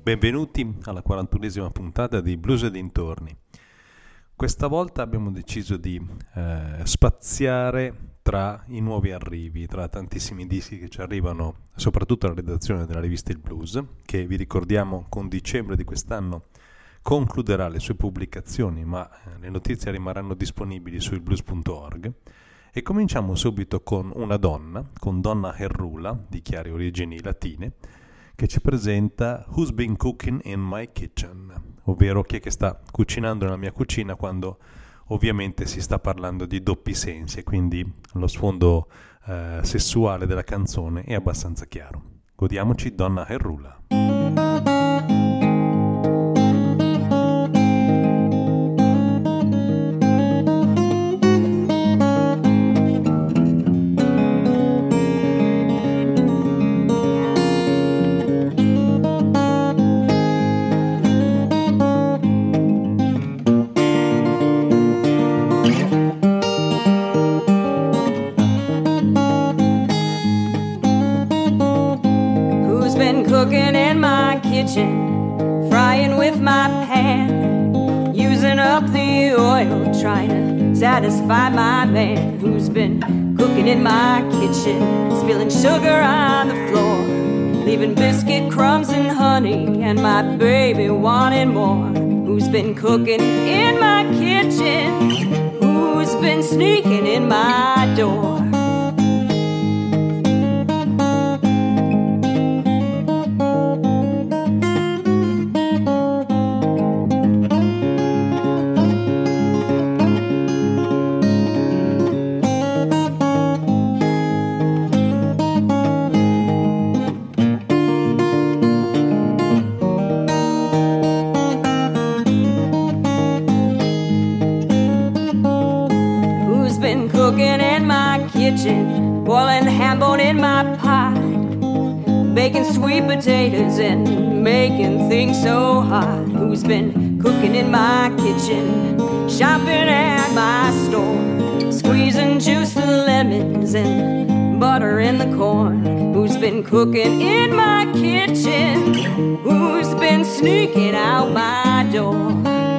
Benvenuti alla 41esima puntata di Blues e dintorni. Questa volta abbiamo deciso di spaziare tra i nuovi arrivi, tra tantissimi dischi che ci arrivano, soprattutto alla redazione della rivista Il Blues, che vi ricordiamo con dicembre di quest'anno concluderà le sue pubblicazioni, ma le notizie rimarranno disponibili su ilblues.org. E cominciamo subito con una donna, con Donna Herrula, di chiare origini latine, che ci presenta Who's Been Cooking in My Kitchen, ovvero chi è che sta cucinando nella mia cucina, quando ovviamente si sta parlando di doppi sensi, e quindi lo sfondo sessuale della canzone è abbastanza chiaro. Godiamoci Donna Herrula. Frying with my pan, using up the oil, trying to satisfy my man. Who's been cooking in my kitchen, spilling sugar on the floor, leaving biscuit crumbs and honey, and my baby wanting more. Who's been cooking in my kitchen? Who's been sneaking in my door? Boiling ham bone in my pot, baking sweet potatoes and making things so hot. Who's been cooking in my kitchen, shopping at my store, squeezing juice the lemons and butter in the corn? Who's been cooking in my kitchen? Who's been sneaking out my door?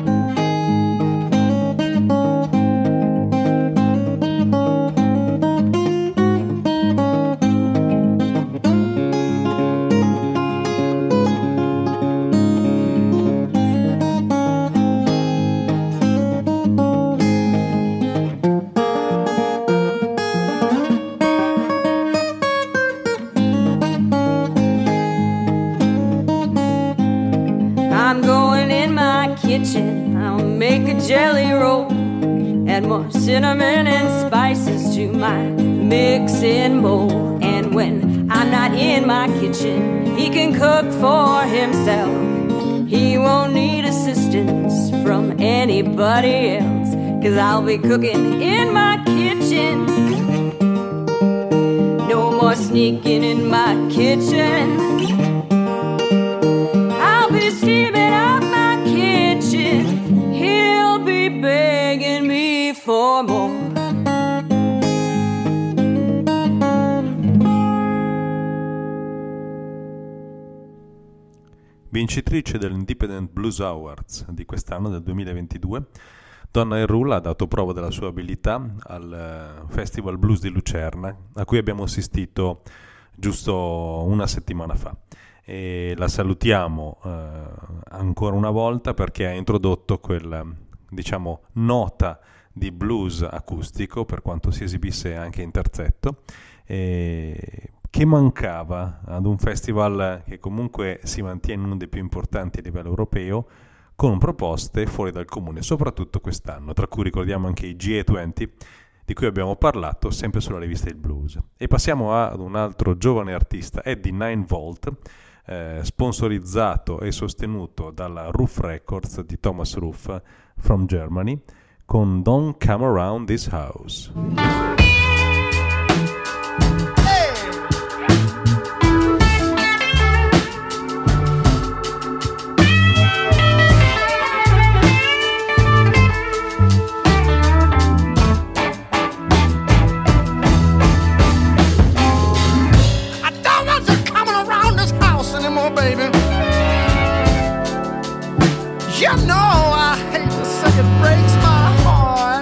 'Kitchen, I'll make a jelly roll, add more cinnamon and spices to my mixing bowl. And when I'm not in my kitchen, he can cook for himself. He won't need assistance from anybody else, 'cause I'll be cooking in my kitchen. No more sneaking in my kitchen. I'll be steaming out my kitchen. He'll be begging me for more. Vincitrice dell'Independent Blues Awards di quest'anno, del 2022, Donna Herrula ha dato prova della sua abilità al Festival Blues di Lucerna, a cui abbiamo assistito giusto una settimana fa. E la salutiamo ancora una volta perché ha introdotto quella, diciamo, nota di blues acustico, per quanto si esibisse anche in terzetto, che mancava ad un festival che comunque si mantiene uno dei più importanti a livello europeo, con proposte fuori dal comune, soprattutto quest'anno, tra cui ricordiamo anche i GA20 di cui abbiamo parlato sempre sulla rivista Il Blues. E passiamo ad un altro giovane artista, Eddie 9Volt, sponsorizzato e sostenuto dalla Roof Records di Thomas Roof from Germany, con Don't Come Around This House. You know I hate to say it breaks my heart.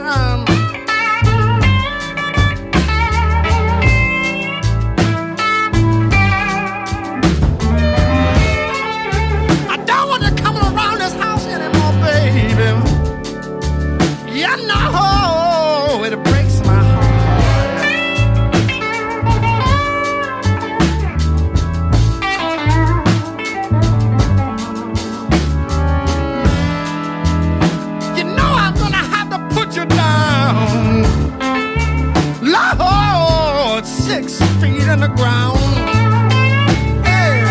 I don't want to come around this house anymore, baby. You know it breaks my heart. Lord, 6 feet in the ground. Yeah.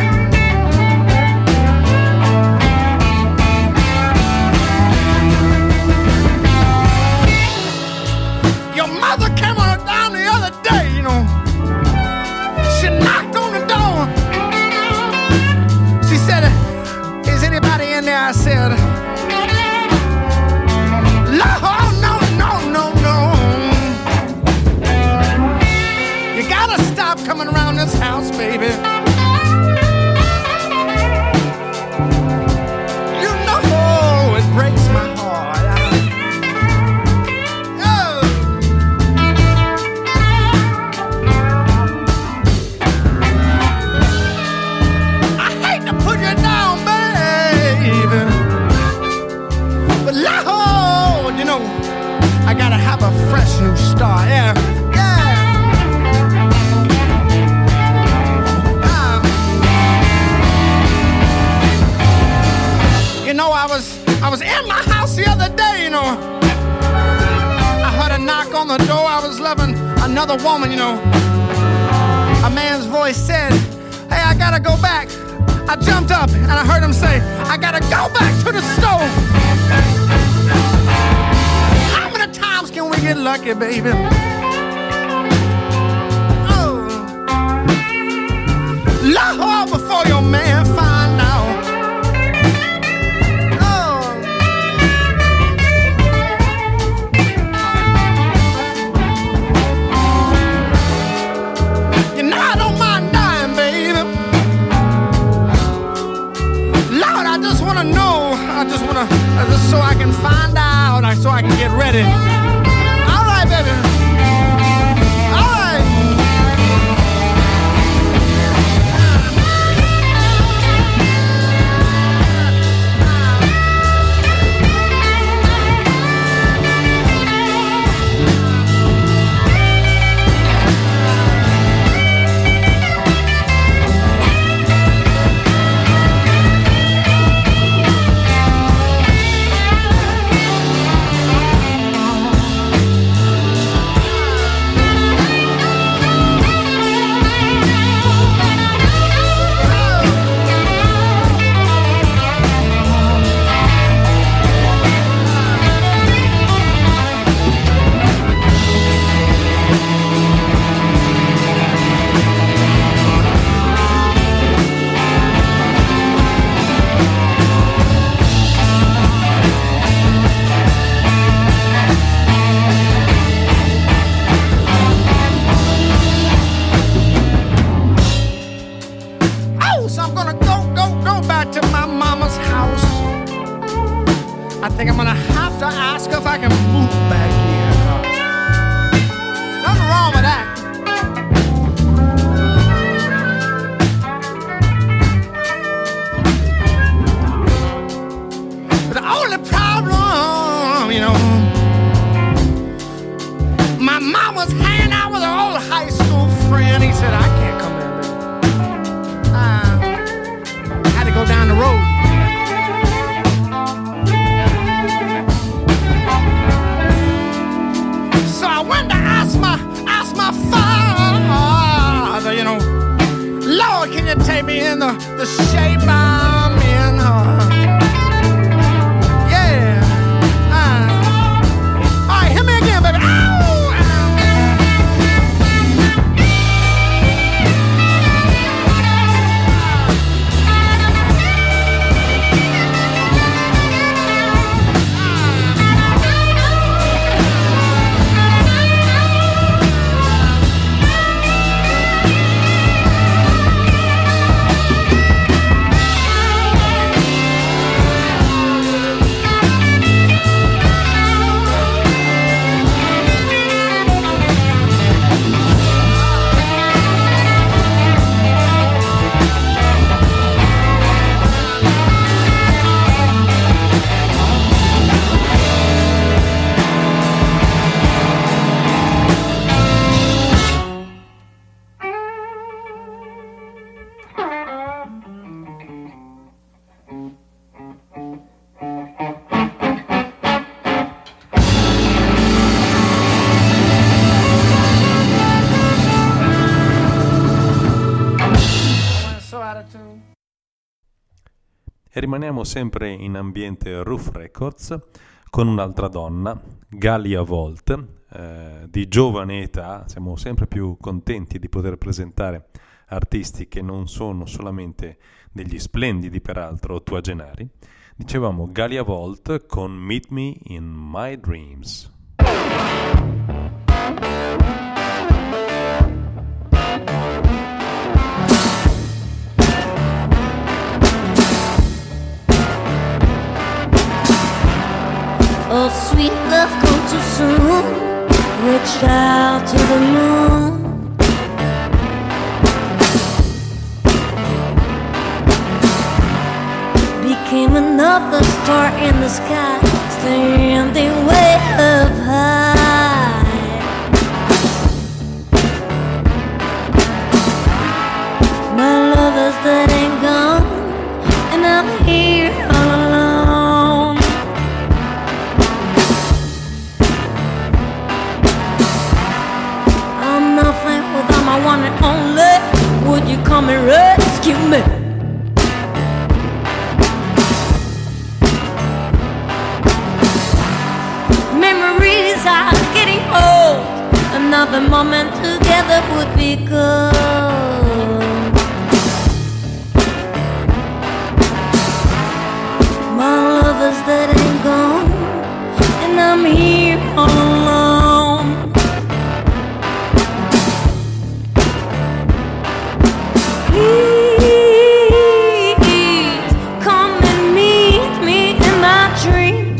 Your mother came on down the other day, you know. She knocked on the door. She said, "Is anybody in there?" I said, "Lord, no, no, no, no. You gotta stop coming around this house, baby. You know it breaks my heart." Oh. I hate to put you down, baby, but Lord, you know, I gotta have a fresh new start. Yeah. You know, I was in my house the other day, you know. I heard a knock on the door. I was loving another woman, you know. A man's voice said, "Hey, I gotta go back." I jumped up and I heard him say, "I gotta go back to the stove." How many times can we get lucky, baby? Oh, Lord, before your man find out. Just so I can find out, so I can get ready. All right, baby. All right. I think I'm gonna have to ask if I can move back here. Nothing wrong with that. But the only problem, you know, my mom was hanging out with her old high school friend. He said, "I can't come here, baby. I had to go down the road." My father, you know, Lord, can you take me in the shape I'm in? Yeah. All right, hit me again, baby. E rimaniamo sempre in ambiente Roof Records con un'altra donna, Galia Volt, di giovane età. Siamo sempre più contenti di poter presentare artisti che non sono solamente degli splendidi, peraltro, ottuagenari. Dicevamo Galia Volt con Meet Me in My Dreams. Oh, sweet love, come too soon. Reached out to the moon. Became another star in the sky, standing way up high. My lover's dead and gone, and I'm here all alone. I'm nothing without my one and only. Would you come and rescue me? Memories are getting old. Another moment together would be good. My lover's dead and gone, and I'm here all alone. Please come and meet me in my dreams.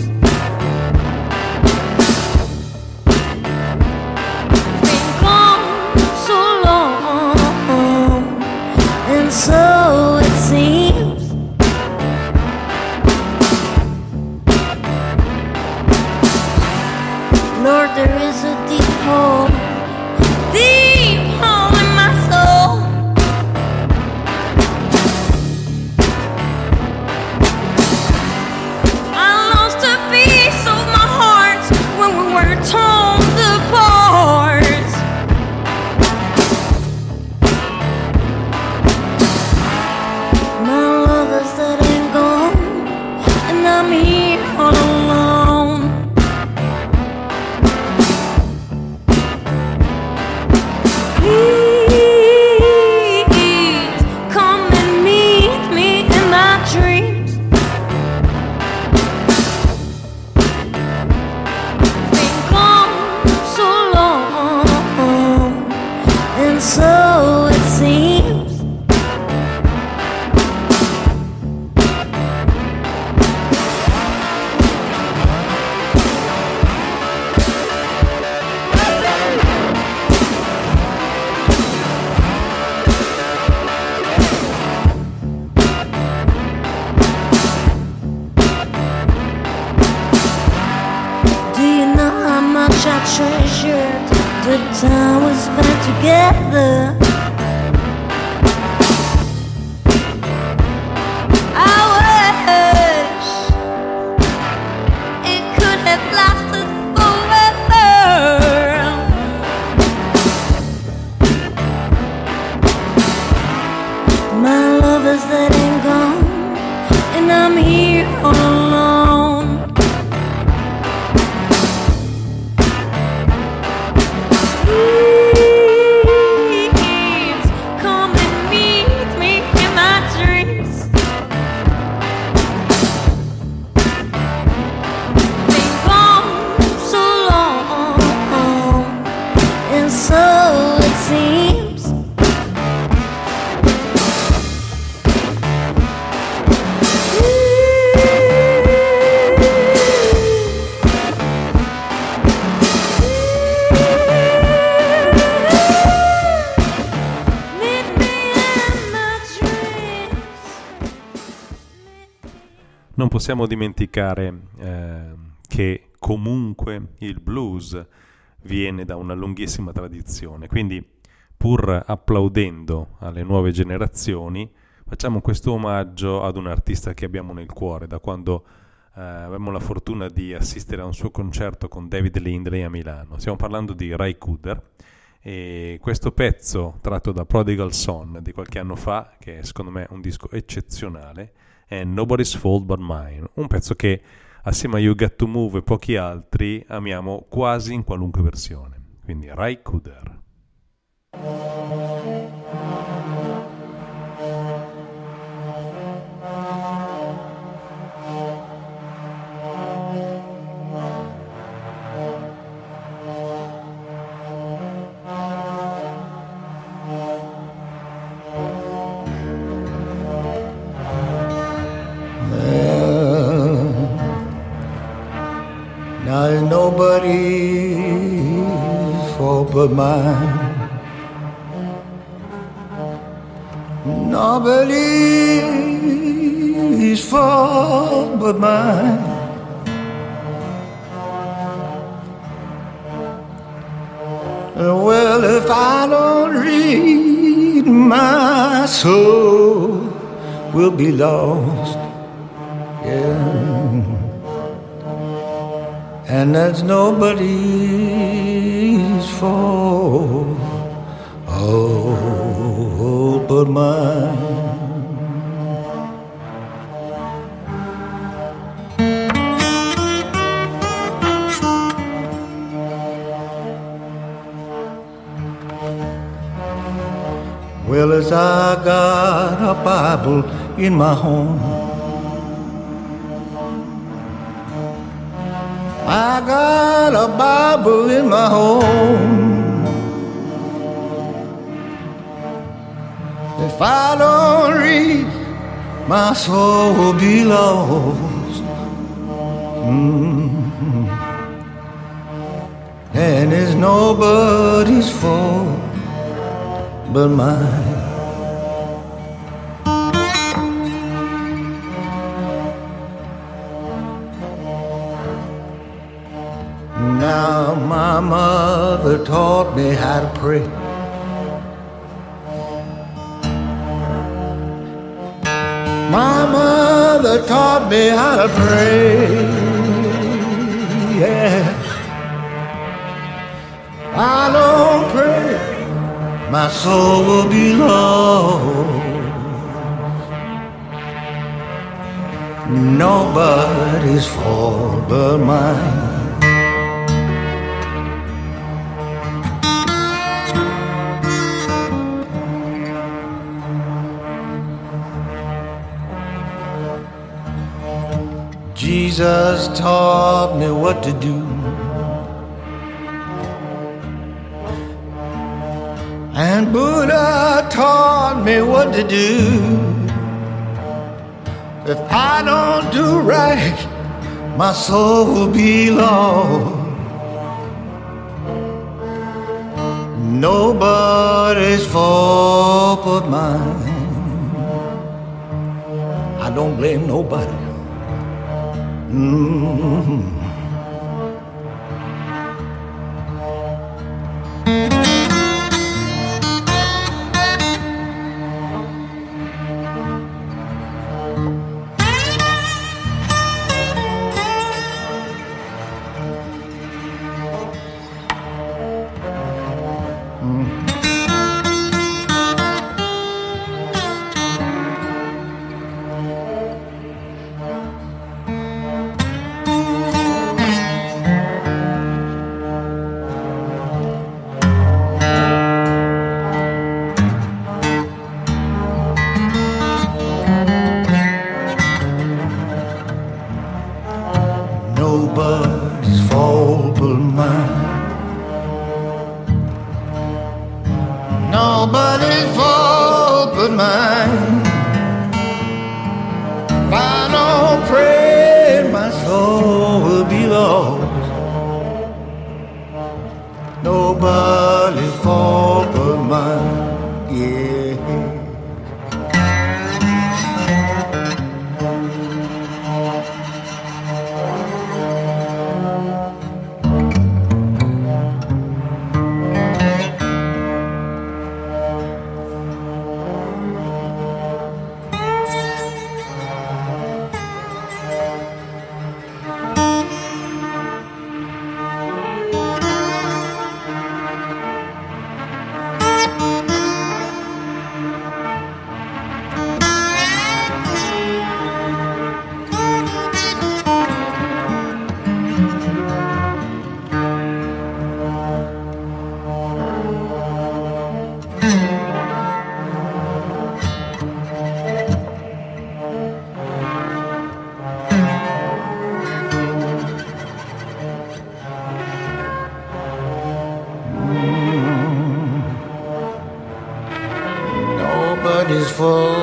Been gone so long, and so it seems. Lord, there is a deep hole in my soul. I lost a piece of my heart when we were torn apart. My lover's dead and gone, and I'm here all alone. Please come and meet me in my dreams. Been gone so long, and so it seems. Do you know how much I treasured the time we spent together? I wish it could have lasted forever. My lover's dead and gone, and I'm here all alone. Please come and meet me in my dreams. Been gone so long, and so it seems. Meet me in my dreams. Non possiamo dimenticare che comunque il blues viene da una lunghissima tradizione, quindi pur applaudendo alle nuove generazioni facciamo questo omaggio ad un artista che abbiamo nel cuore da quando avevamo la fortuna di assistere a un suo concerto con David Lindley a Milano. Stiamo parlando di Ry Cooder E questo pezzo, tratto da Prodigal Son di qualche anno fa, che è secondo me un disco eccezionale, è Nobody's Fault But Mine, un pezzo che assieme a You Got To Move e pochi altri amiamo quasi in qualunque versione. Quindi Ry Cooder. Now nobody's fault but mine. Nobody's fault but mine. Well, if I don't read, my soul will be lost. Yeah. And that's nobody's fault, oh, but mine. Well, as I got a Bible in my home, I got a Bible in my home. If I don't read, my soul will be lost. Mm-hmm. And it's nobody's fault but mine. Now my mother taught me how to pray. My mother taught me how to pray. Yeah. I don't pray, my soul will be lost. Nobody's fault but mine. Jesus taught me what to do, and Buddha taught me what to do. If I don't do right, my soul will be lost. Nobody's fault but mine. I don't blame nobody. Mm-hmm.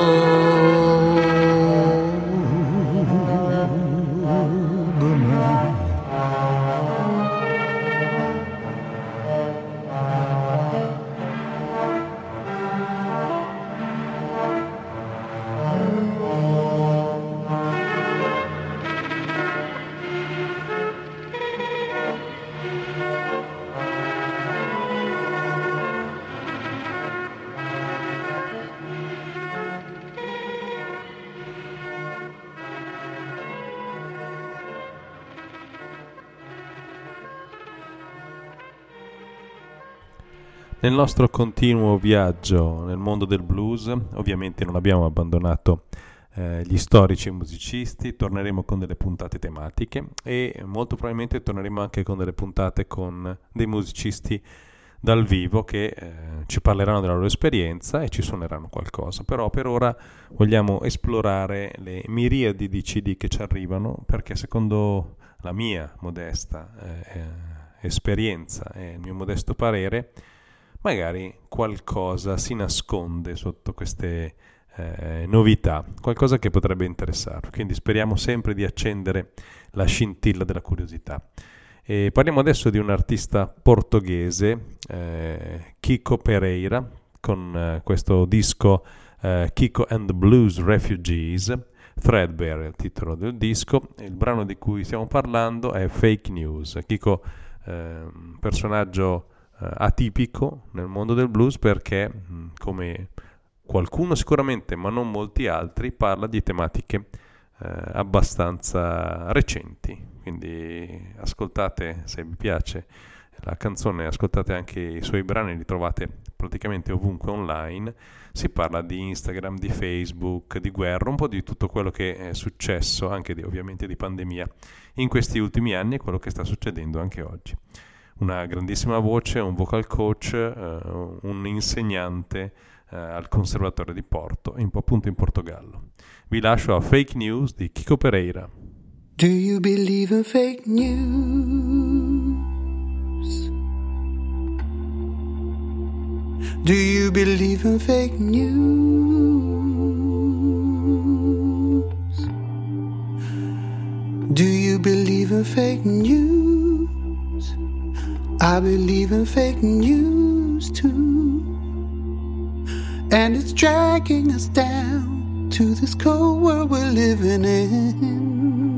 Nel nostro continuo viaggio nel mondo del blues, ovviamente non abbiamo abbandonato gli storici musicisti, torneremo con delle puntate tematiche e molto probabilmente torneremo anche con delle puntate con dei musicisti dal vivo che ci parleranno della loro esperienza e ci suoneranno qualcosa. Però per ora vogliamo esplorare le miriadi di CD che ci arrivano, perché secondo la mia modesta esperienza e il mio modesto parere magari qualcosa si nasconde sotto queste novità, qualcosa che potrebbe interessarvi. Quindi speriamo sempre di accendere la scintilla della curiosità. E parliamo adesso di un artista portoghese, Kiko Pereira, con questo disco Kiko and the Blues Refugees, Threadbare è il titolo del disco. Il brano di cui stiamo parlando è Fake News. Kiko, un personaggio atipico nel mondo del blues perché, come qualcuno sicuramente, ma non molti altri, parla di tematiche abbastanza recenti. Quindi ascoltate, se vi piace la canzone, ascoltate anche i suoi brani, li trovate praticamente ovunque online. Si parla di Instagram, di Facebook, di guerra, un po' di tutto quello che è successo, anche ovviamente di pandemia in questi ultimi anni e quello che sta succedendo anche oggi. Una grandissima voce, un vocal coach, un insegnante al Conservatorio di Porto, appunto in Portogallo. Vi lascio a Fake News di Kiko Pereira. Do you believe in fake news? Do you believe in fake news? Do you believe in fake news? I believe in fake news too. And it's dragging us down to this cold world we're living in.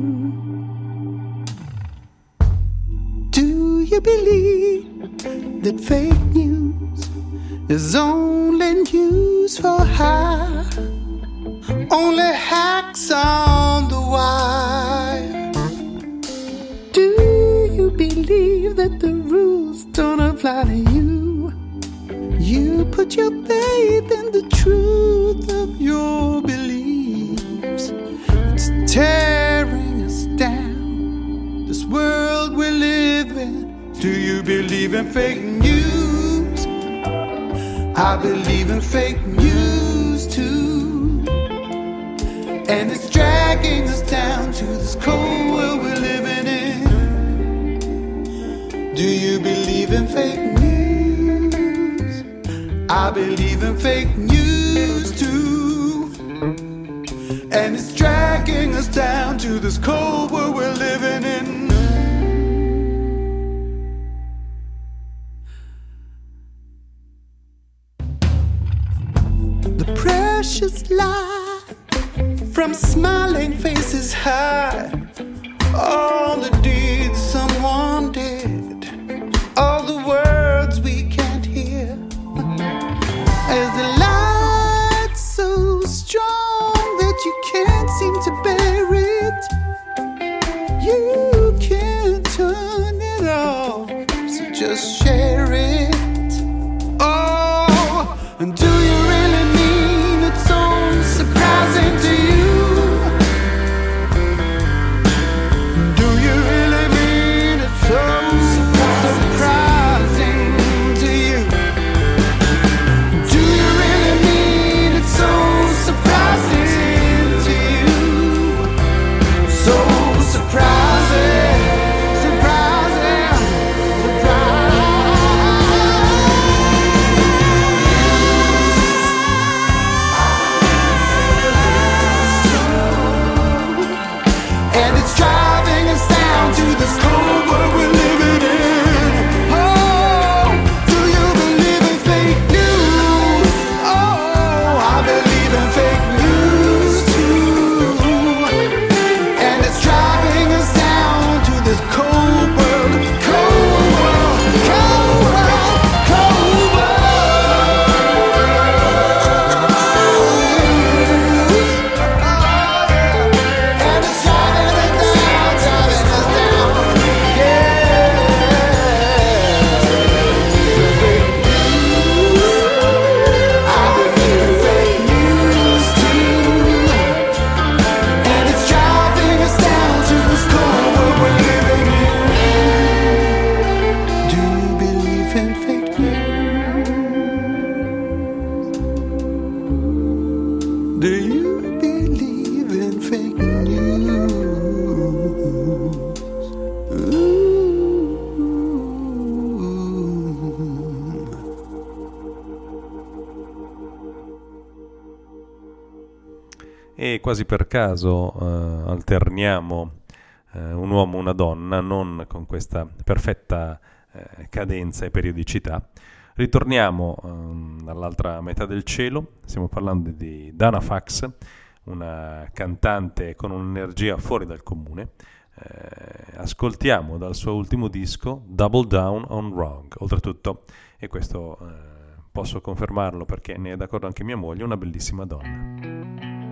Do you believe that fake news is only news for hire? Only hacks on the wire? Do you believe that the rules don't apply to you? You put your faith in the truth of your beliefs. It's tearing us down, this world we live in. Do you believe in fake news? I believe in fake news too. And it's dragging us down to this cold world we're living in. Do you believe in fake news? I believe in fake news too. And it's dragging us down to this cold world we're living in. The precious light from smiling faces hide all the deeds someone did, all the words we can't hear. As the light's so strong that you can't seem to bear it, you can't turn it off, so just share it. Oh, and do you really mean it's so surprising to you? Do you really mean it's so surprising to you? Do you really mean it's so surprising to you? So surprising. e quasi per caso alterniamo un uomo e una donna, non con questa perfetta cadenza e periodicità. Ritorniamo dall'altra metà del cielo, stiamo parlando di Dana Fax, una cantante con un'energia fuori dal comune. Ascoltiamo dal suo ultimo disco Double Down on Wrong. Oltretutto, e questo posso confermarlo perché ne è d'accordo anche mia moglie, una bellissima donna.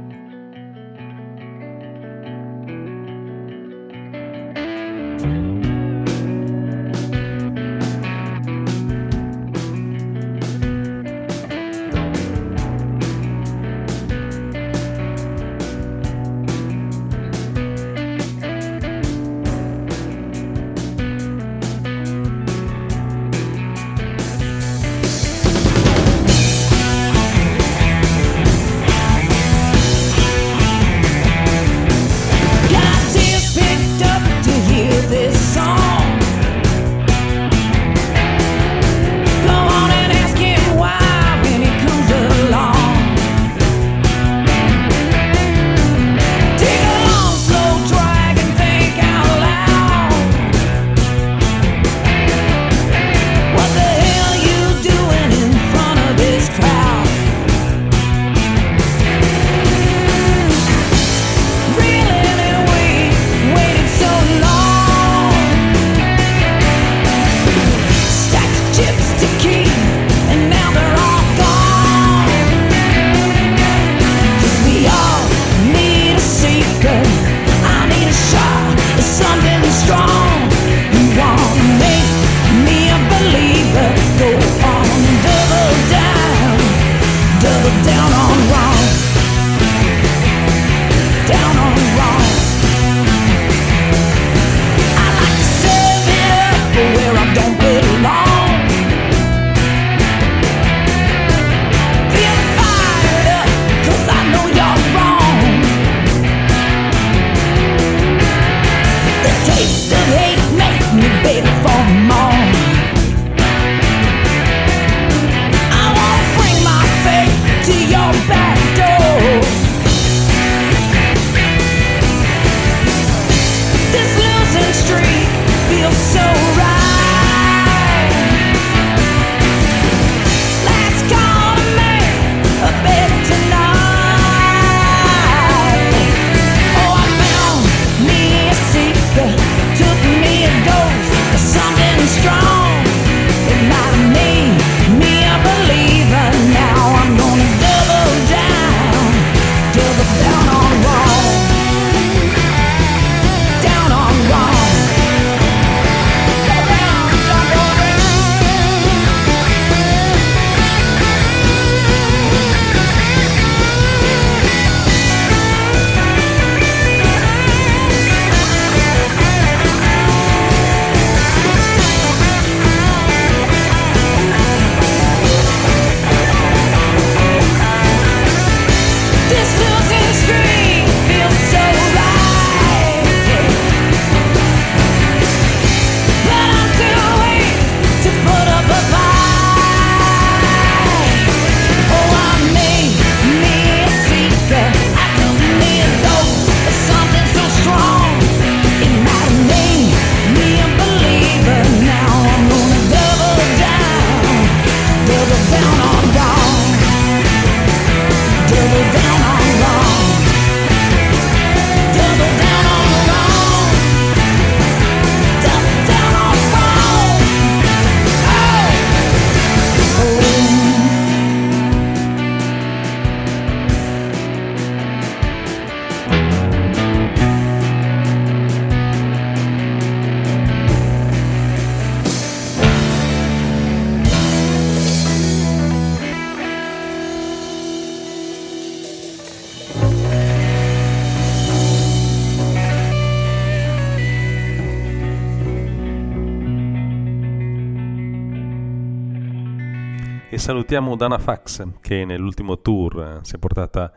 E salutiamo Dana Fax, che nell'ultimo tour si è portata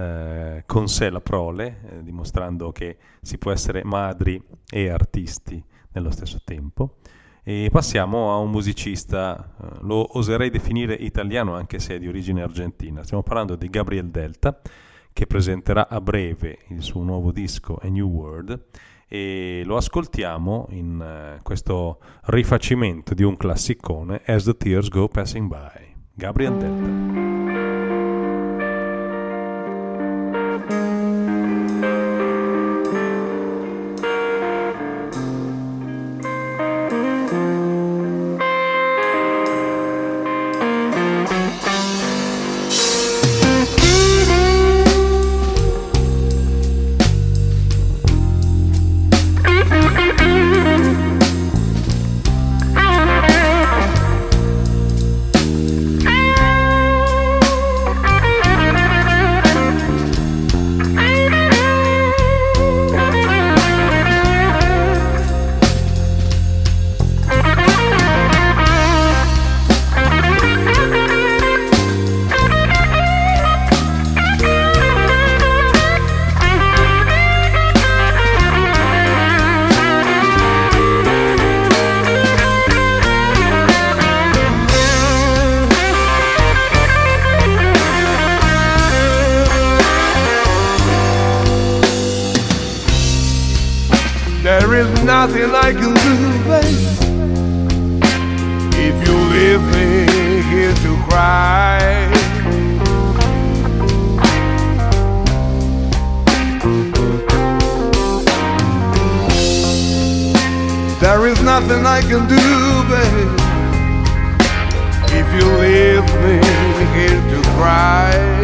con sé la prole, dimostrando che si può essere madri e artisti nello stesso tempo. E passiamo a un musicista, lo oserei definire italiano anche se è di origine argentina. Stiamo parlando di Gabriel Delta, che presenterà a breve il suo nuovo disco A New World, e lo ascoltiamo in questo rifacimento di un classicone, As the Tears Go Passing By, Gabriel Delta. Nothing I can do, babe, if you leave me here to cry. There is nothing I can do, babe, if you leave me here to cry.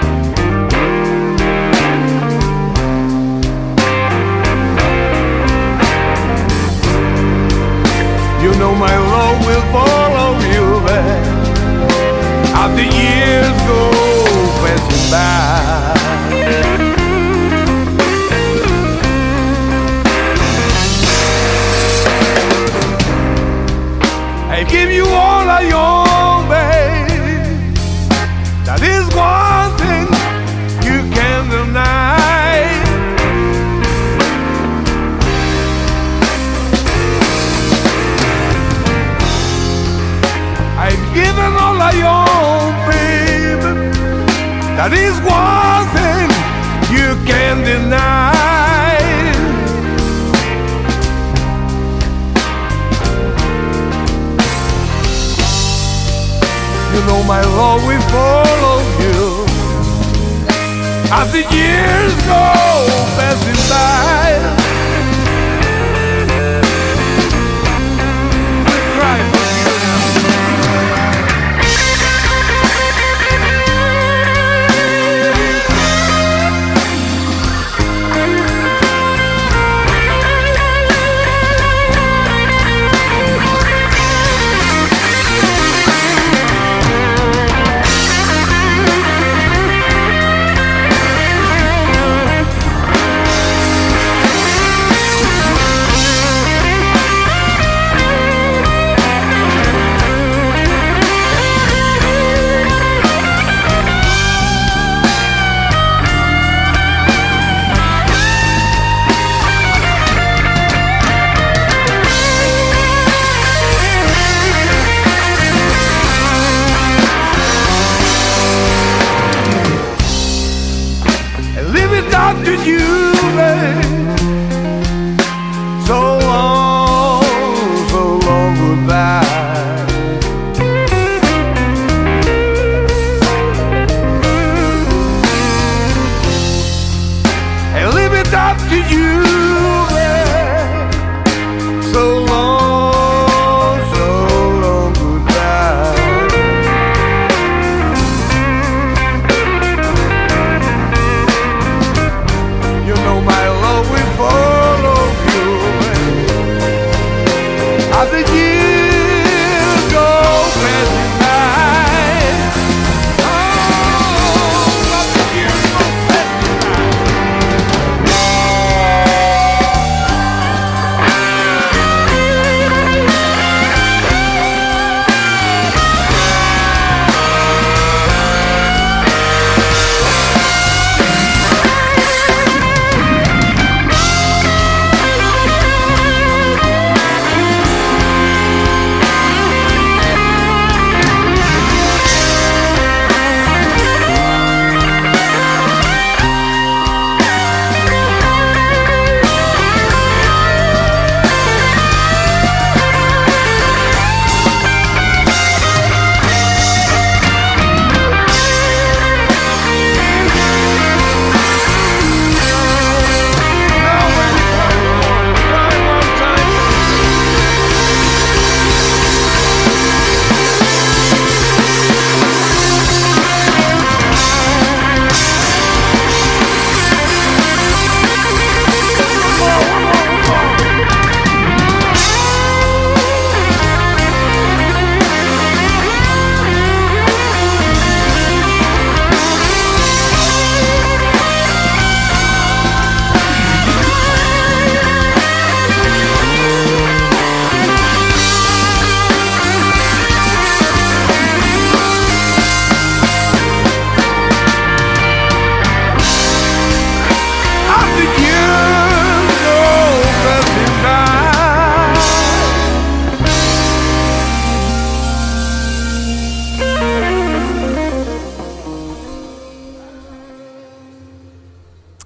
You know my love will follow you back as the years go passing by. I give you all I own, babe. That is one thing you can't deny. I've given all I own, baby. That is one thing you can't deny. You know my love will follow you as the years go passing by. We cry for you now. To you, babe, so long goodbye. I leave it up to you, babe, so long goodbye. You know my love will follow you as the years go passing by. Oh, as the years go passing by.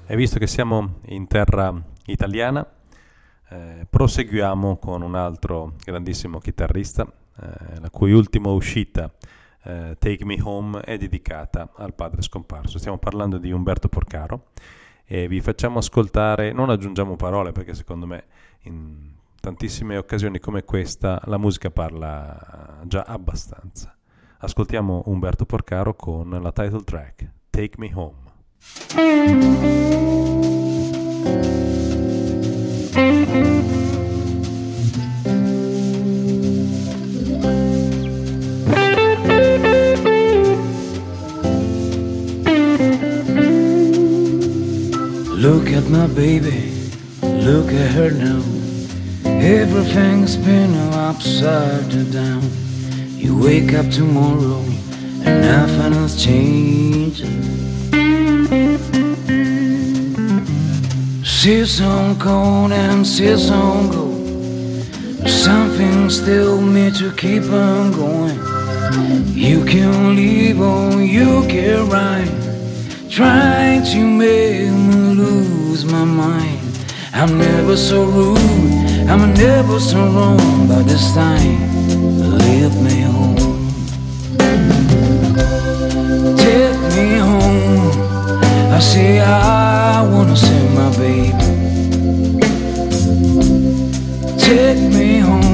E visto che siamo in terra italiana, proseguiamo con un altro grandissimo chitarrista, la cui ultima uscita, Take Me Home, è dedicata al padre scomparso. Stiamo parlando di Umberto Porcaro e vi facciamo ascoltare, non aggiungiamo parole perché secondo me in tantissime occasioni come questa la musica parla già abbastanza. Ascoltiamo Umberto Porcaro con la title track, Take Me Home. Look at my baby, look at her now. Everything's been upside down. You wake up tomorrow and nothing has changed. Season cold and season go. Something still me to keep on going. You can leave or you can ride, trying to make me lose my mind. I'm never so rude, I'm never so wrong, but this time leave me home. Take me home, I say I wanna see my baby. Take me home.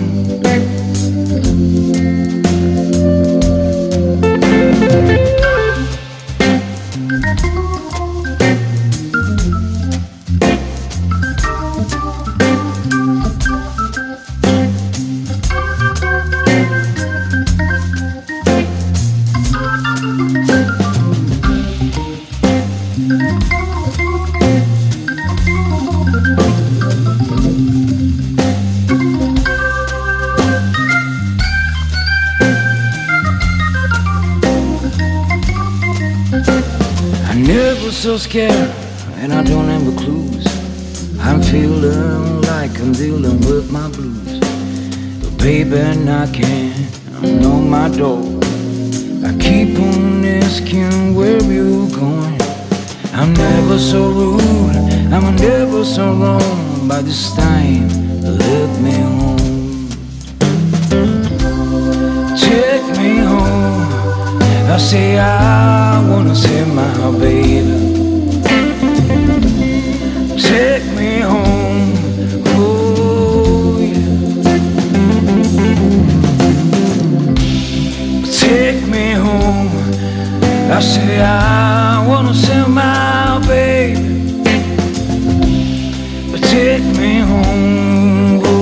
So scared and I don't have the clues. I'm feeling like I'm dealing with my blues. But baby, I can't know my door. I keep on asking where you going. I'm never so rude, I'm never so wrong. By this time, let me home. Take me home. I say I wanna see my baby. Take me home, oh yeah. Take me home. I say I wanna see my baby. Take me home, oh.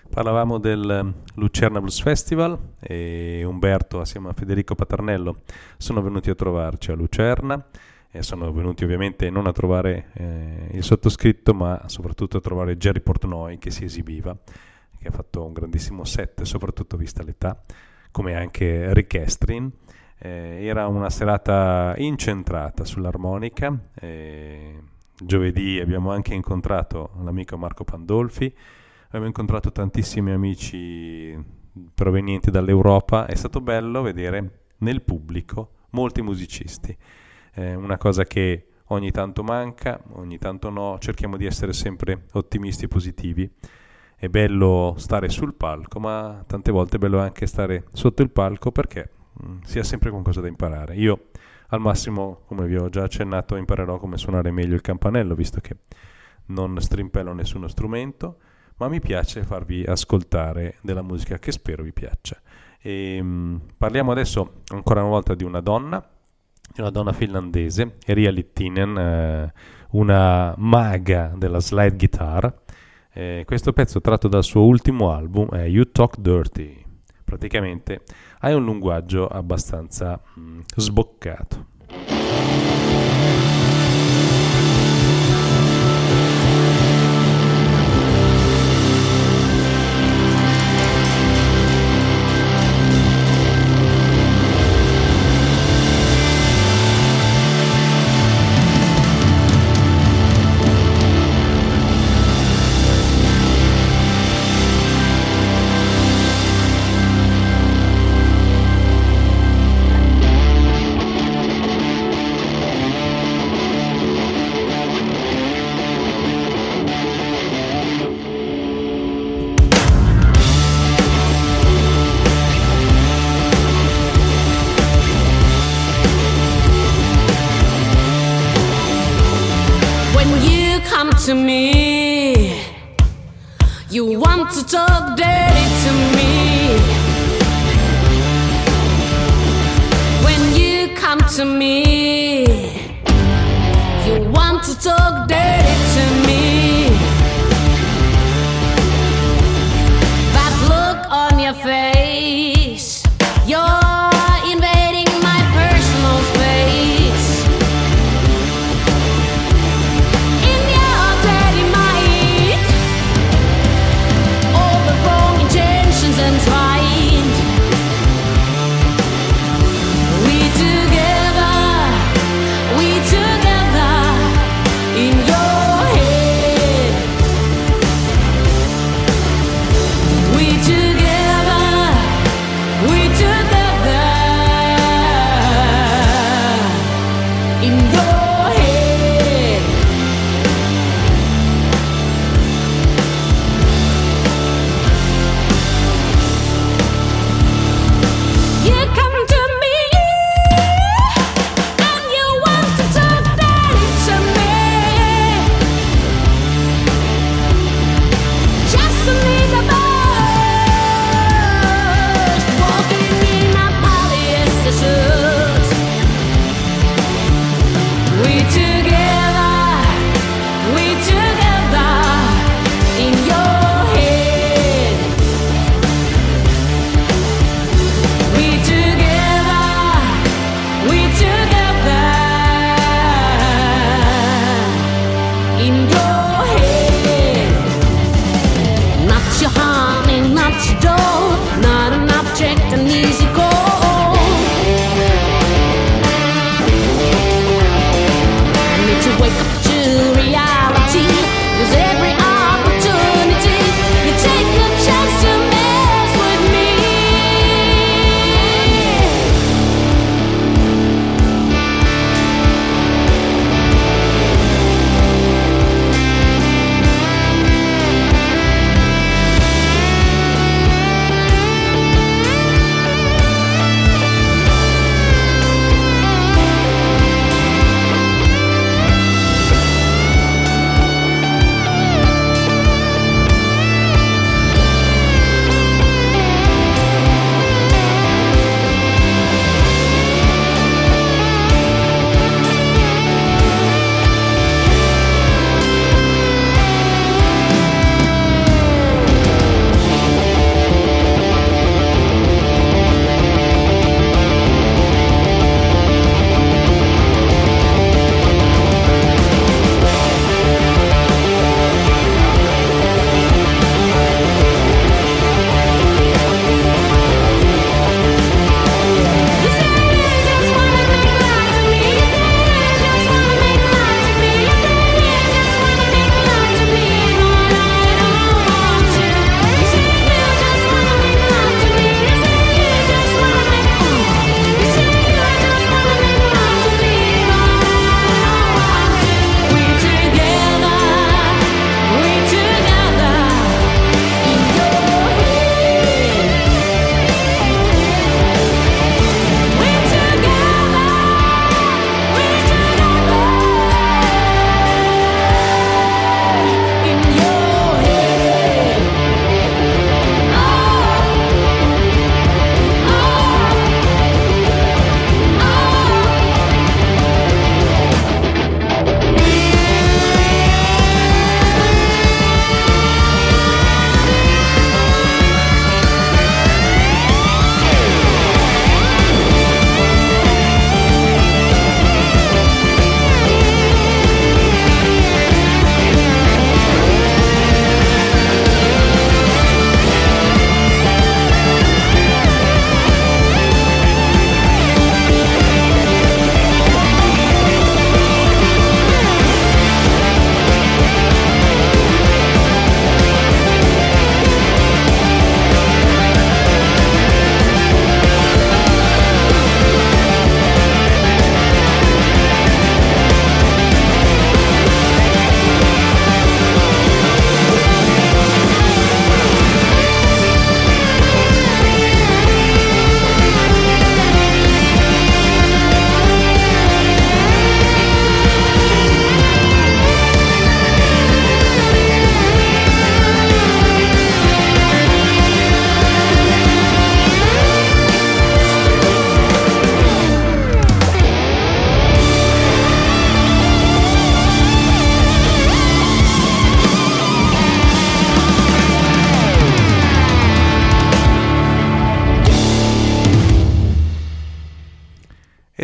Parlavamo del Lucerna Blues Festival e Umberto assieme a Federico Paternello sono venuti a trovarci a Lucerna e sono venuti ovviamente non a trovare il sottoscritto, ma soprattutto a trovare Jerry Portnoy, che si esibiva, che ha fatto un grandissimo set, soprattutto vista l'età, come anche Rick Estrin. Era una serata incentrata sull'armonica. Giovedì abbiamo anche incontrato l'amico Marco Pandolfi, abbiamo incontrato tantissimi amici provenienti dall'Europa. È stato bello vedere nel pubblico molti musicisti, una cosa che ogni tanto manca, ogni tanto no. Cerchiamo di essere sempre ottimisti e positivi. È bello stare sul palco, ma tante volte è bello anche stare sotto il palco, perché si ha sempre qualcosa da imparare. Io al massimo, come vi ho già accennato, imparerò come suonare meglio il campanello, visto che non strimpello nessuno strumento, ma mi piace farvi ascoltare della musica che spero vi piaccia. Parliamo adesso ancora una volta di una donna finlandese, Erja Littinen, una maga della slide guitar. Questo pezzo, tratto dal suo ultimo album, è You Talk Dirty. Praticamente hai un linguaggio abbastanza sboccato. To me, you want to talk dirty to me. When you come to me, you want to talk dirty to me. That look on your face, you're invading my personal space. Entwined, we together in your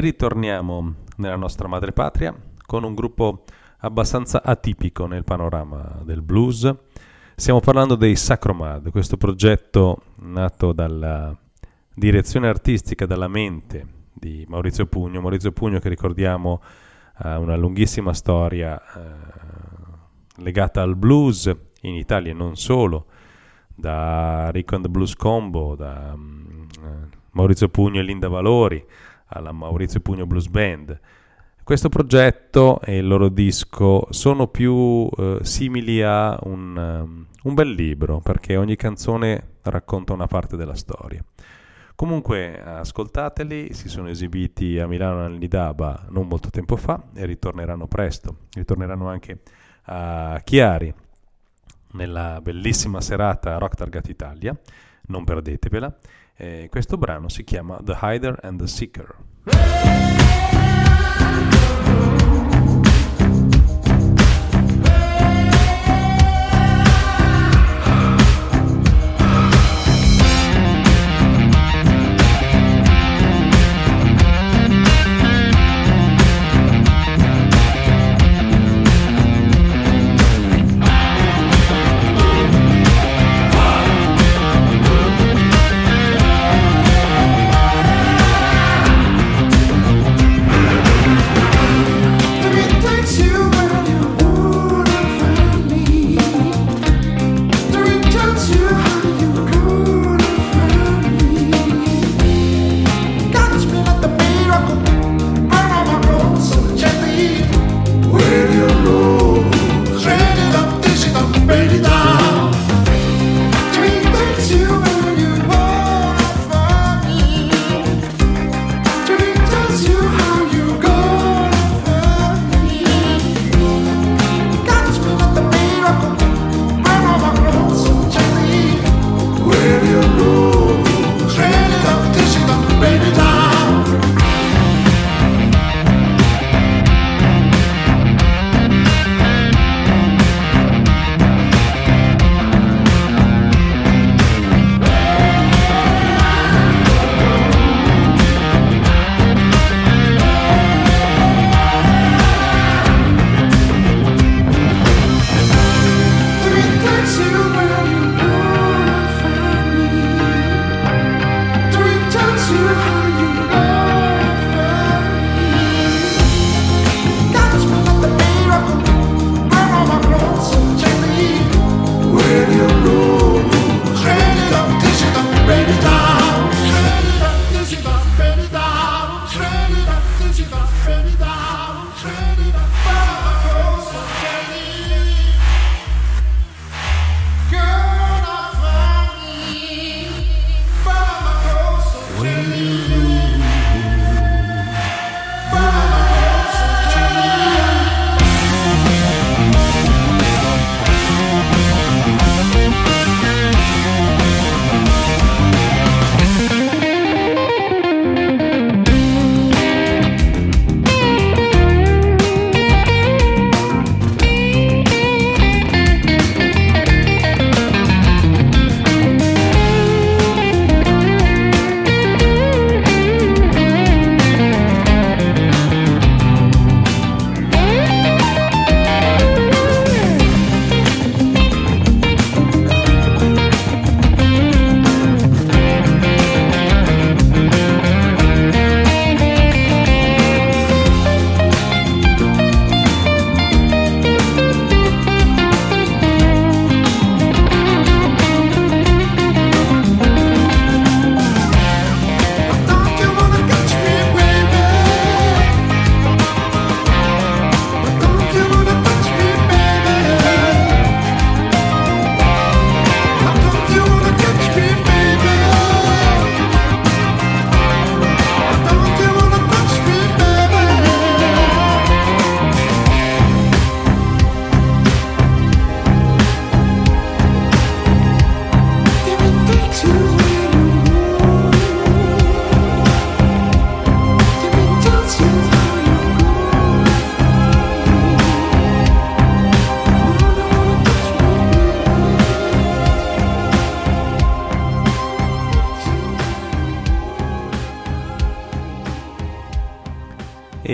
ritorniamo nella nostra madrepatria con un gruppo abbastanza atipico nel panorama del blues. Stiamo parlando dei Sacromad, questo progetto nato dalla direzione artistica, dalla mente di Maurizio Pugno. Maurizio Pugno, che ricordiamo ha una lunghissima storia legata al blues in Italia e non solo, da Rico and the Blues Combo, da Maurizio Pugno e Linda Valori alla Maurizio Pugno Blues Band. Questo progetto e il loro disco sono più simili a un bel libro, perché ogni canzone racconta una parte della storia. Comunque ascoltateli, si sono esibiti a Milano al Nidaba non molto tempo fa e ritorneranno presto. Ritorneranno anche a Chiari nella bellissima serata Rock Target Italia, non perdetevela. Questo brano si chiama The Hider and the Seeker.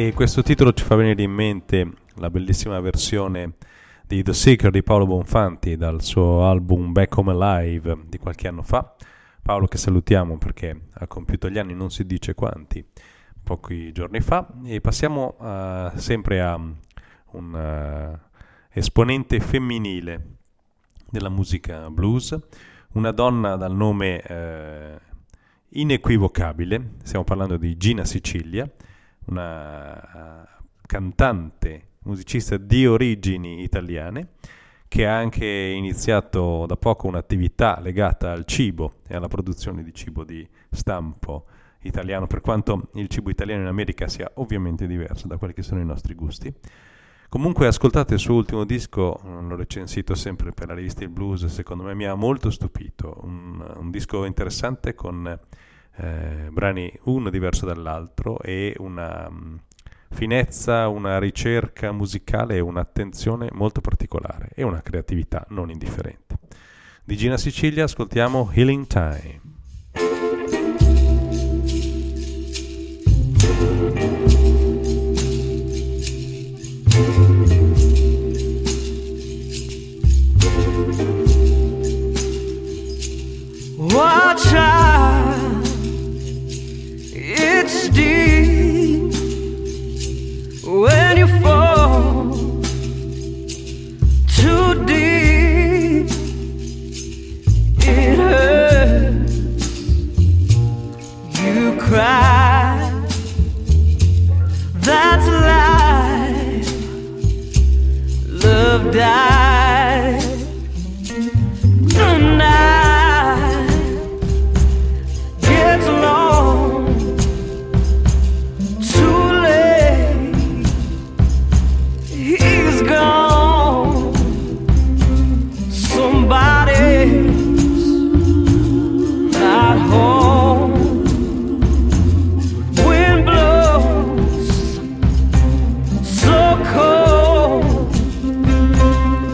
E questo titolo ci fa venire in mente la bellissima versione di The Seeker di Paolo Bonfanti dal suo album Back Home Alive di qualche anno fa. Paolo, che salutiamo perché ha compiuto gli anni non si dice quanti, pochi giorni fa. E passiamo sempre a un esponente femminile della musica blues, una donna dal nome inequivocabile. Stiamo parlando di Gina Sicilia, una cantante, musicista di origini italiane, che ha anche iniziato da poco un'attività legata al cibo e alla produzione di cibo di stampo italiano, per quanto il cibo italiano in America sia ovviamente diverso da quelli che sono i nostri gusti. Comunque ascoltate il suo ultimo disco, l'ho recensito sempre per la rivista Il Blues, secondo me mi ha molto stupito, un disco interessante con brani uno diverso dall'altro e una finezza, una ricerca musicale e un'attenzione molto particolare e una creatività non indifferente. Di Gina Sicilia ascoltiamo Healing Time. Watch out, it's deep when you fall too deep. It hurts, you cry, that's life, love dies tonight. It's long, too late, he's gone, somebody's not home, wind blows so cold,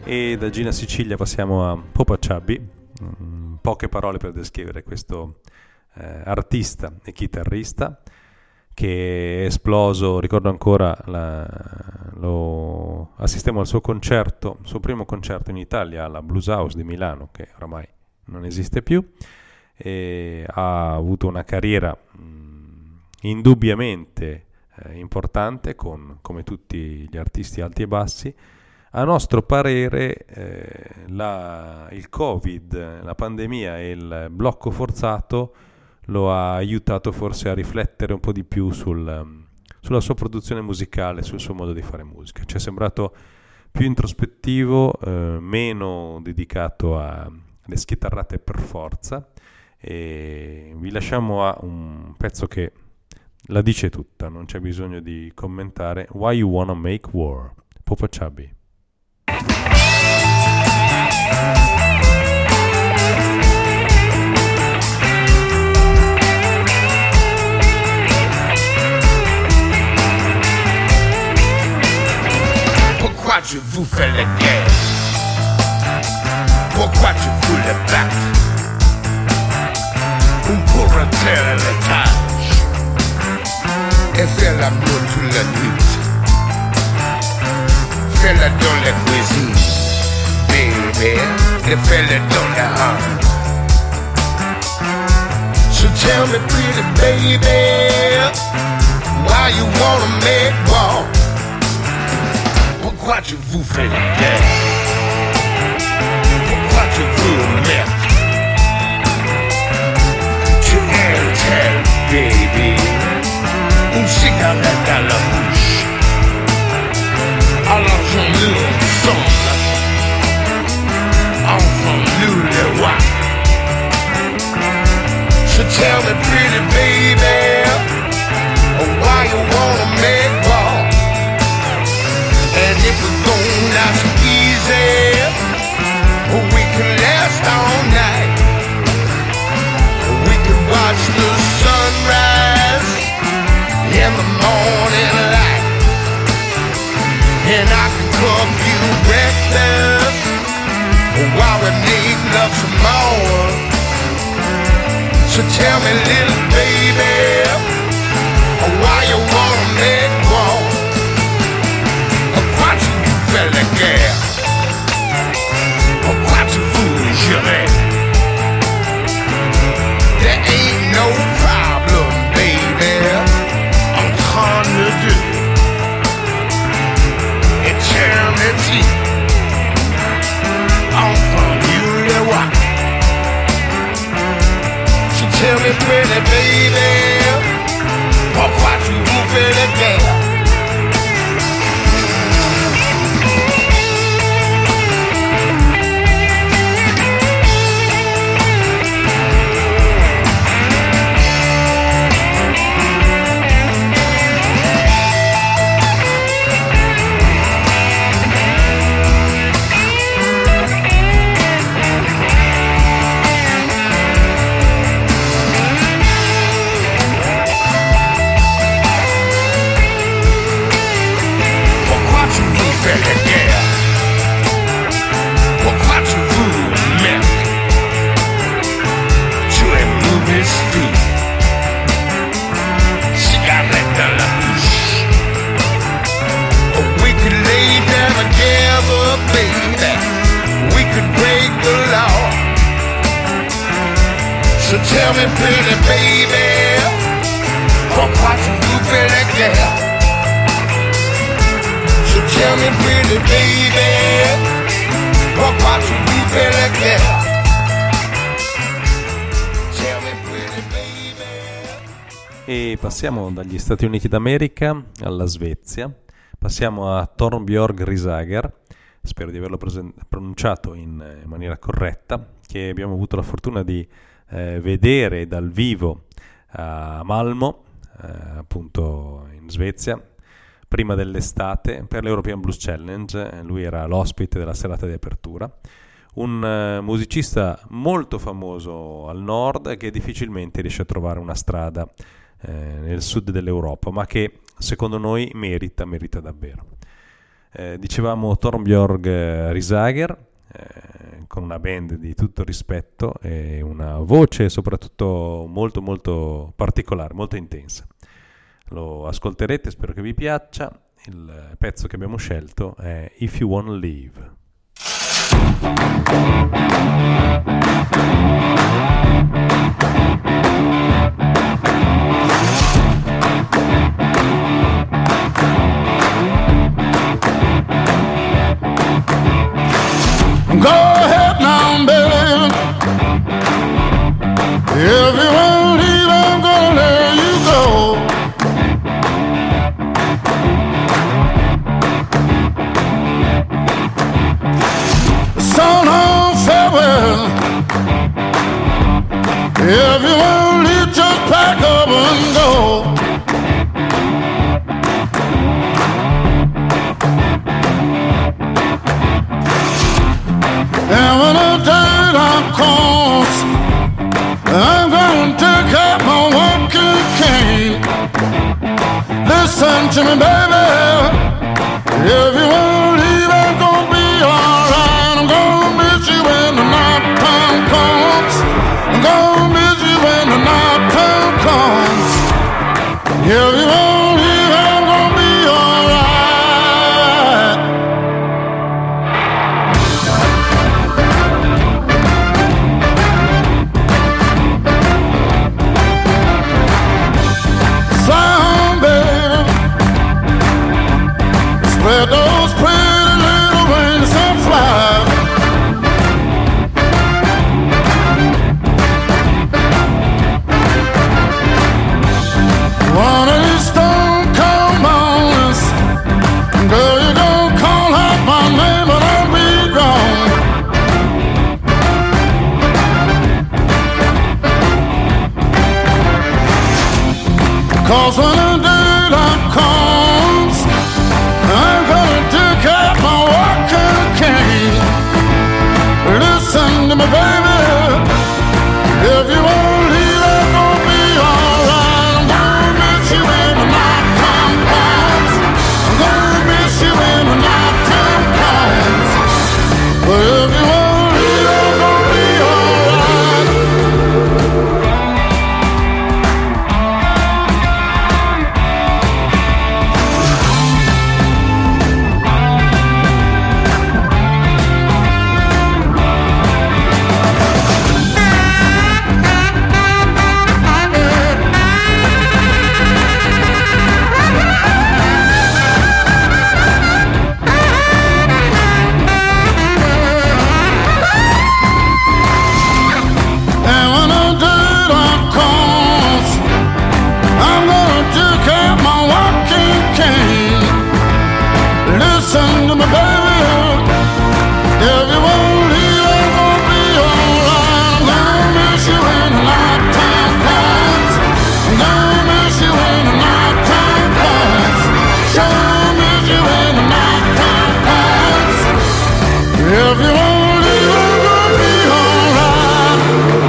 E da Gina Sicilia passiamo a Popa Chubby. Poche parole per descrivere questo artista e chitarrista che è esploso. Ricordo ancora, assistemmo al suo concerto, il suo primo concerto in Italia alla Blues House di Milano, che oramai non esiste più, e ha avuto una carriera indubbiamente importante, come tutti gli artisti alti e bassi. A nostro parere il Covid, la pandemia e il blocco forzato lo ha aiutato forse a riflettere un po' di più sulla sua produzione musicale, sul suo modo di fare musica. Ci è sembrato più introspettivo, meno dedicato alle schitarrate per forza, e vi lasciamo a un pezzo che la dice tutta, non c'è bisogno di commentare. Why You Wanna Make War, Popa Chubby. Pourquoi je vous fais la guerre? Pourquoi je vous le battre? Pour rentrer à l'étage et faire l'amour toute la nuit. Fais-le dans la cuisine, baby, et fais-le dans la hand. So tell me pretty baby, why you wanna make war? Pourquoi tu vous fais la guerre? Pourquoi tu veux le mettre? Tu tel baby, une cigarette à la bouche. Alors j'en ensemble, enfant-nous le roi. So tell me pretty baby, why you wanna make war? And if we're gonna last easy, we can last all night. We can watch the sunrise in the morning light, and I can cook you breakfast while we make love some more. So tell me, little baby, why you wanna make war? Pourquoi tu vous fais la guerre? Pourquoi tu vous jurez? There ain't no problem, baby, entre nous deux. Eternity, enfant-nous le roi. So tell me pretty baby, pourquoi tu vous fais la guerre? So tell me pretty baby, pourquoi tu vous fais la guerre? So tell me pretty baby, pourquoi tu vous fais la guerre? Tell me pretty baby. E passiamo dagli Stati Uniti d'America alla Svezia, passiamo a Torbjörg Risager, spero di averlo pronunciato in maniera corretta, che abbiamo avuto la fortuna di vedere dal vivo a Malmo, appunto in Svezia, prima dell'estate per l'European Blues Challenge. Lui era l'ospite della serata di apertura, un musicista molto famoso al nord che difficilmente riesce a trovare una strada nel sud dell'Europa, ma che secondo noi merita davvero. Dicevamo Torbjörg Risager, con una band di tutto rispetto e una voce soprattutto molto molto particolare, molto intensa. Lo ascolterete, spero che vi piaccia. Il pezzo che abbiamo scelto è If You Wanna Leave. Go ahead now, baby. If you won't leave, I'm gonna let you go. So long, farewell. If you won't leave, just pack up and go. And when the daylight comes, I'm going to cut my walking cane. Listen to me, baby. If you won't leave, I'm gonna be alright. I'm gonna miss you when the night time comes. I'm gonna miss you when the night time comes. If you won't leave, I'm gonna be alright. Spread those pretty little wings and fly. One of these stone cold mornings, girl, you gon' call out my name and I'll be gone. 'Cause when the daylight comes, I'm gonna dig out my walking cane. Listen to me, baby. If you won't leave, I'm gonna be alright. I'm gonna miss you when the night time comes. I'm gonna miss you when the night time comes. But if you won't leave, I'm gonna be alright. Listen to me, baby. If you won't leave, I'm gonna be alright. I'm gonna miss you when the night time comes. I'm gonna miss you when the night time comes. Sure miss you when the night time comes. If you won't leave, I'm gonna be alright.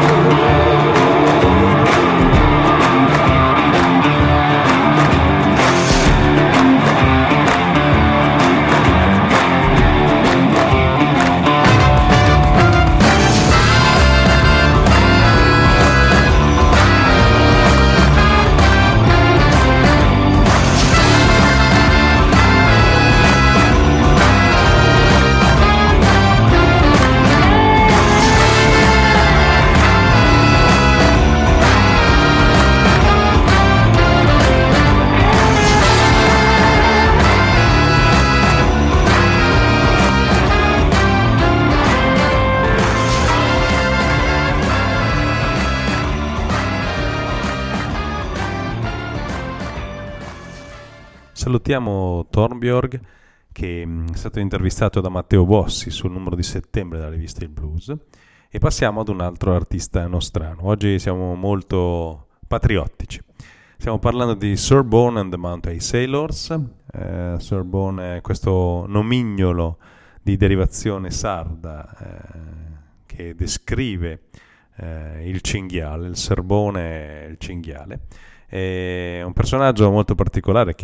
Salutiamo Torbjörg, che è stato intervistato da Matteo Bossi sul numero di settembre della rivista Il Blues, e passiamo ad un altro artista nostrano. Oggi siamo molto patriottici. Stiamo parlando di Sir Bone and the Mountain Sailors. Sir Bone è questo nomignolo di derivazione sarda che descrive il cinghiale, il serbone e il cinghiale. È un personaggio molto particolare che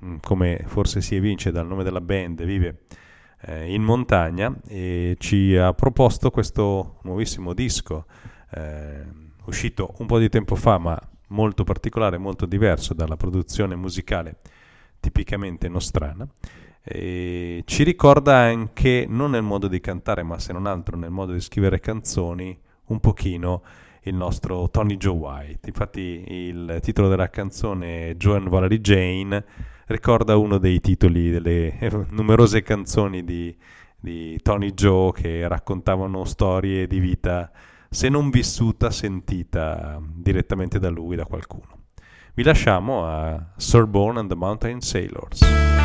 come forse si evince dal nome della band, vive in montagna e ci ha proposto questo nuovissimo disco uscito un po' di tempo fa, ma molto particolare, molto diverso dalla produzione musicale tipicamente nostrana. E ci ricorda anche, non nel modo di cantare, ma se non altro nel modo di scrivere canzoni, un pochino il nostro Tony Joe White. Infatti il titolo della canzone, Joe and Valerie Jane, ricorda uno dei titoli delle numerose canzoni di Tony Joe che raccontavano storie di vita, se non vissuta, sentita direttamente da lui, da qualcuno. Vi lasciamo a Sorbonne and the Mountain Sailors.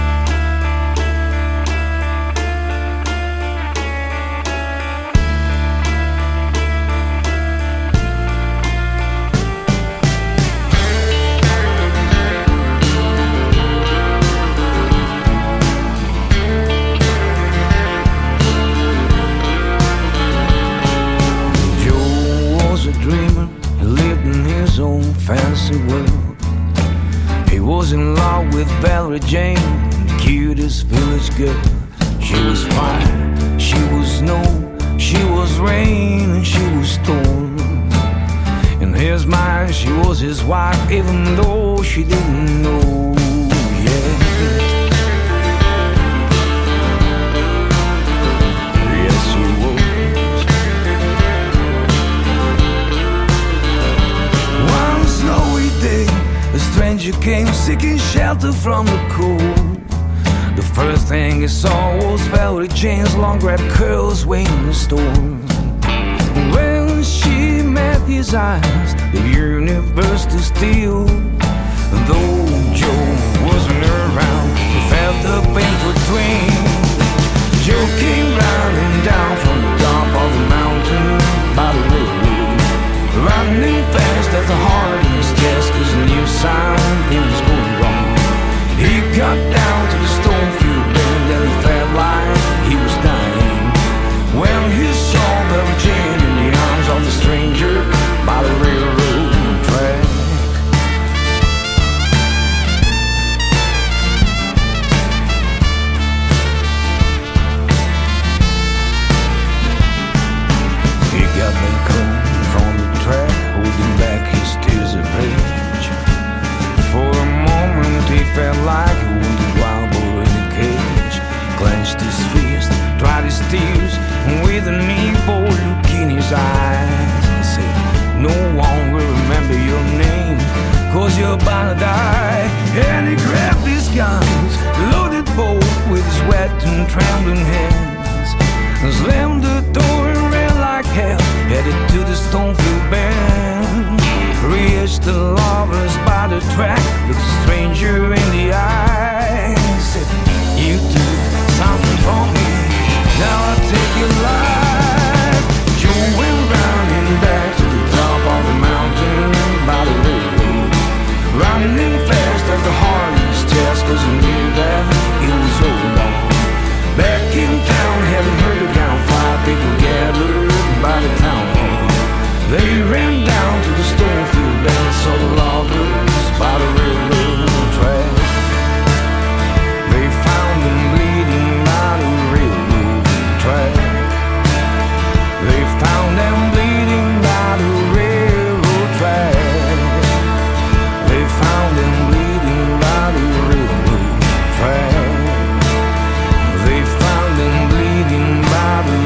Own fancy world. He was in love with Valerie Jane, the cutest village girl. She was fire, she was snow, she was rain, and she was storm. In his mind she was his wife, even though she didn't know yet. Yes, she was. Snowy day, a stranger came seeking shelter from the cold. The first thing he saw was Valerie Jane's long red curls waiting the storm. When she met his eyes, the universe stood still. Though Joe wasn't around, he felt the painful twinge. Joe came running down from the top of the mountain by the railroad, running fast as the heart in his chest, 'cause he knew something was going wrong. He got down to the Stonefield bend and he felt like he was dying when he saw Valerie Jane in the arms of the stranger by the railroad track. He got back home from the track, holding back his tears of rage. For a moment he felt like a wounded wild boar in a cage. Clenched his fist, dried his tears, and with an evil look in his eyes, he said, "No one will remember your name, 'cause you're about to die." And he grabbed his guns, loaded both with his wet and trembling hands, and slammed the door and ran like hell, headed to the Stonefield bend. Reached the lovers by the track, looked a stranger in the eye, said, "You do something for me, now I'll take your life." Joe went running back to the top of the mountain by the railroad, running fast as the heart in his chest, 'cause he knew that it was over. Back in town, having heard the gunfire, people gathered by the town hall. They ran down to the Stonefield bend, saw the loggers by the railroad track. They found them bleeding by the railroad track. They found them bleeding by the railroad track. They found them bleeding by the railroad track. They found them bleeding by the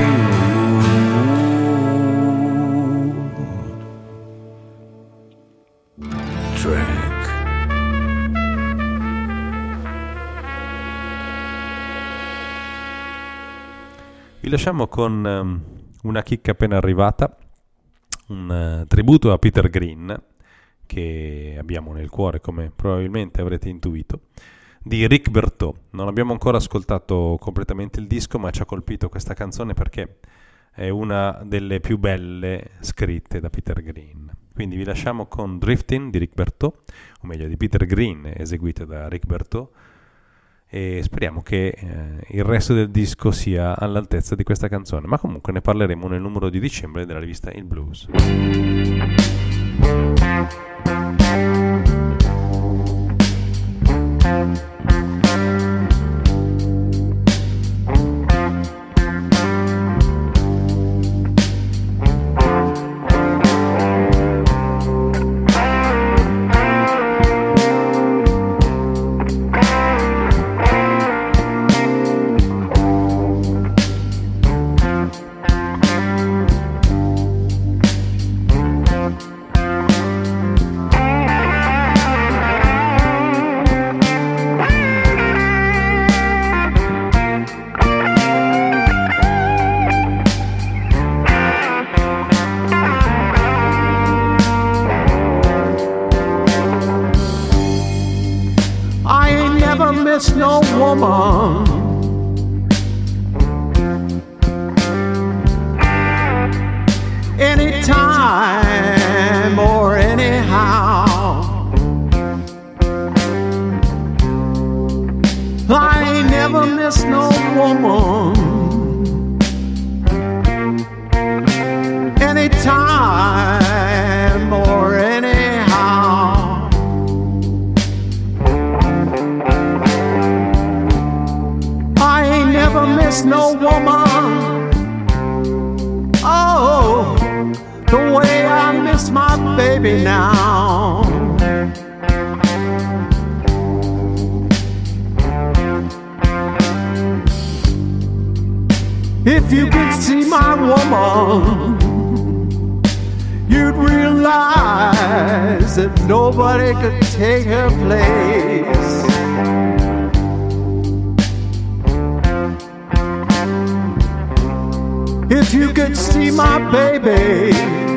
Vi lasciamo con una chicca appena arrivata, un tributo a Peter Green, che abbiamo nel cuore, come probabilmente avrete intuito, di Rick Bertò. Non abbiamo ancora ascoltato completamente il disco, ma ci ha colpito questa canzone perché è una delle più belle scritte da Peter Green. Quindi vi lasciamo con Drifting di Rick Bertò, o meglio di Peter Green, eseguita da Rick Bertò, e speriamo che il resto del disco sia all'altezza di questa canzone, ma comunque ne parleremo nel numero di dicembre della rivista Il Blues. Miss no woman. Anytime or anyhow, I ain't never miss no woman. Anytime or anyhow, I ain't never miss no woman. Oh, the way I miss my baby now. If you could see my woman, you'd realize that nobody could take her place. If you could see my baby,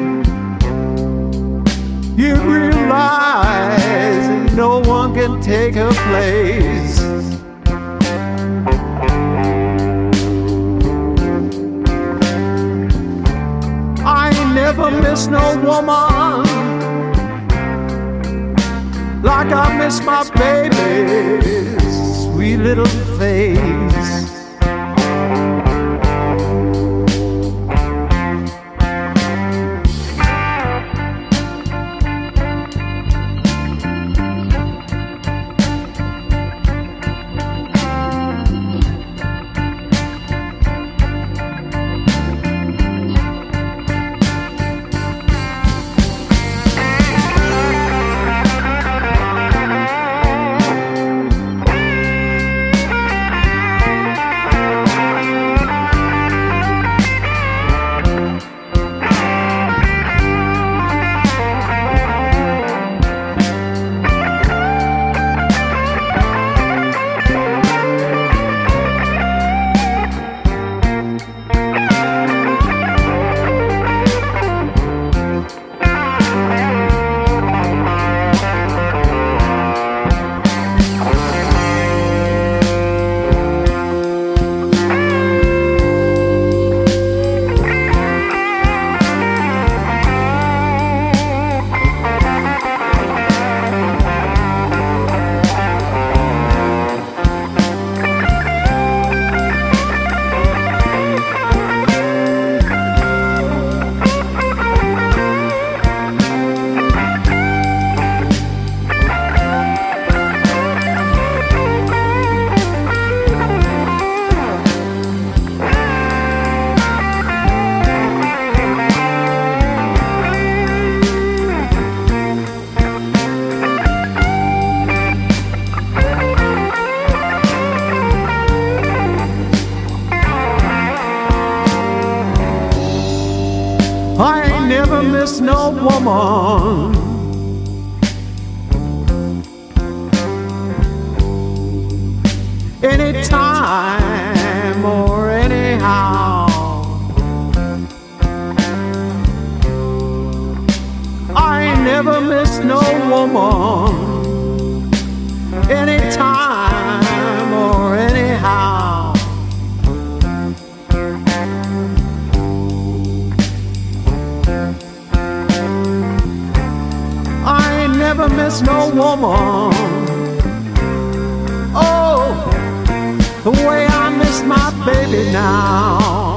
you'd realize that no one can take her place. I ain't never miss no woman like I miss my baby's sweet little face. I ain't never miss no woman. Anytime or anyhow, I ain't never miss no woman. Anytime or anyhow, I ain't never miss no woman. Oh, the way I miss my baby now.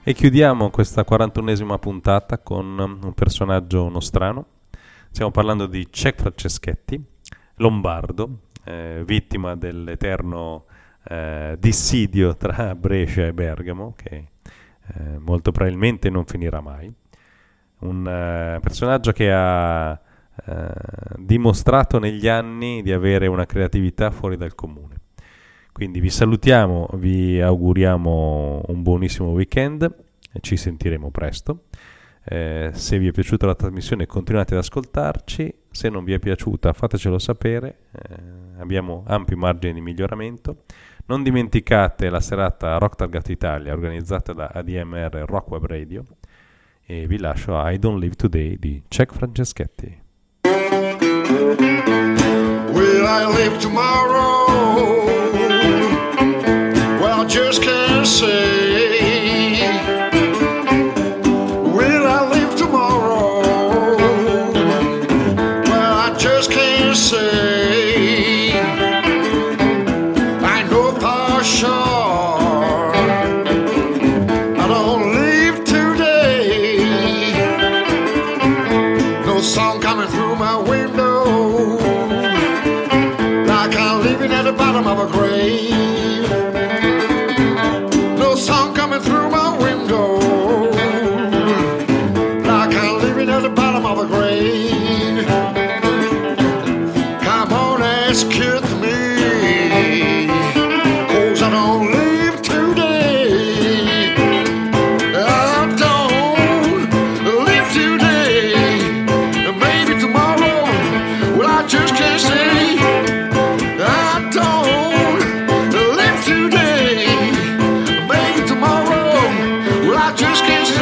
E chiudiamo questa 41esima puntata con un personaggio nostrano. Stiamo parlando di Cech Franceschetti, lombardo, vittima dell'eterno dissidio tra Brescia e Bergamo, che molto probabilmente non finirà mai. Un personaggio che ha dimostrato negli anni di avere una creatività fuori dal comune. Quindi vi salutiamo, vi auguriamo un buonissimo weekend e ci sentiremo presto. Se vi è piaciuta la trasmissione continuate ad ascoltarci, se non vi è piaciuta fatecelo sapere, abbiamo ampi margini di miglioramento. Non dimenticate la serata Rock Targato Italia organizzata da ADMR Rock Web Radio e vi lascio a I Don't Live Today di Cech Franceschetti. Will I live tomorrow? Well, I just can't say. Will I live tomorrow? Well, I just can't say. I know for sure I don't live today. No song coming through my window like I'm living at the bottom of a grave. No song coming through my window like I'm living at the bottom of a grave. Come on, excuse me, 'cause I don't live today. I don't live today. Maybe tomorrow, well, I just can't say. I don't live today. Maybe tomorrow, well, I just can't say.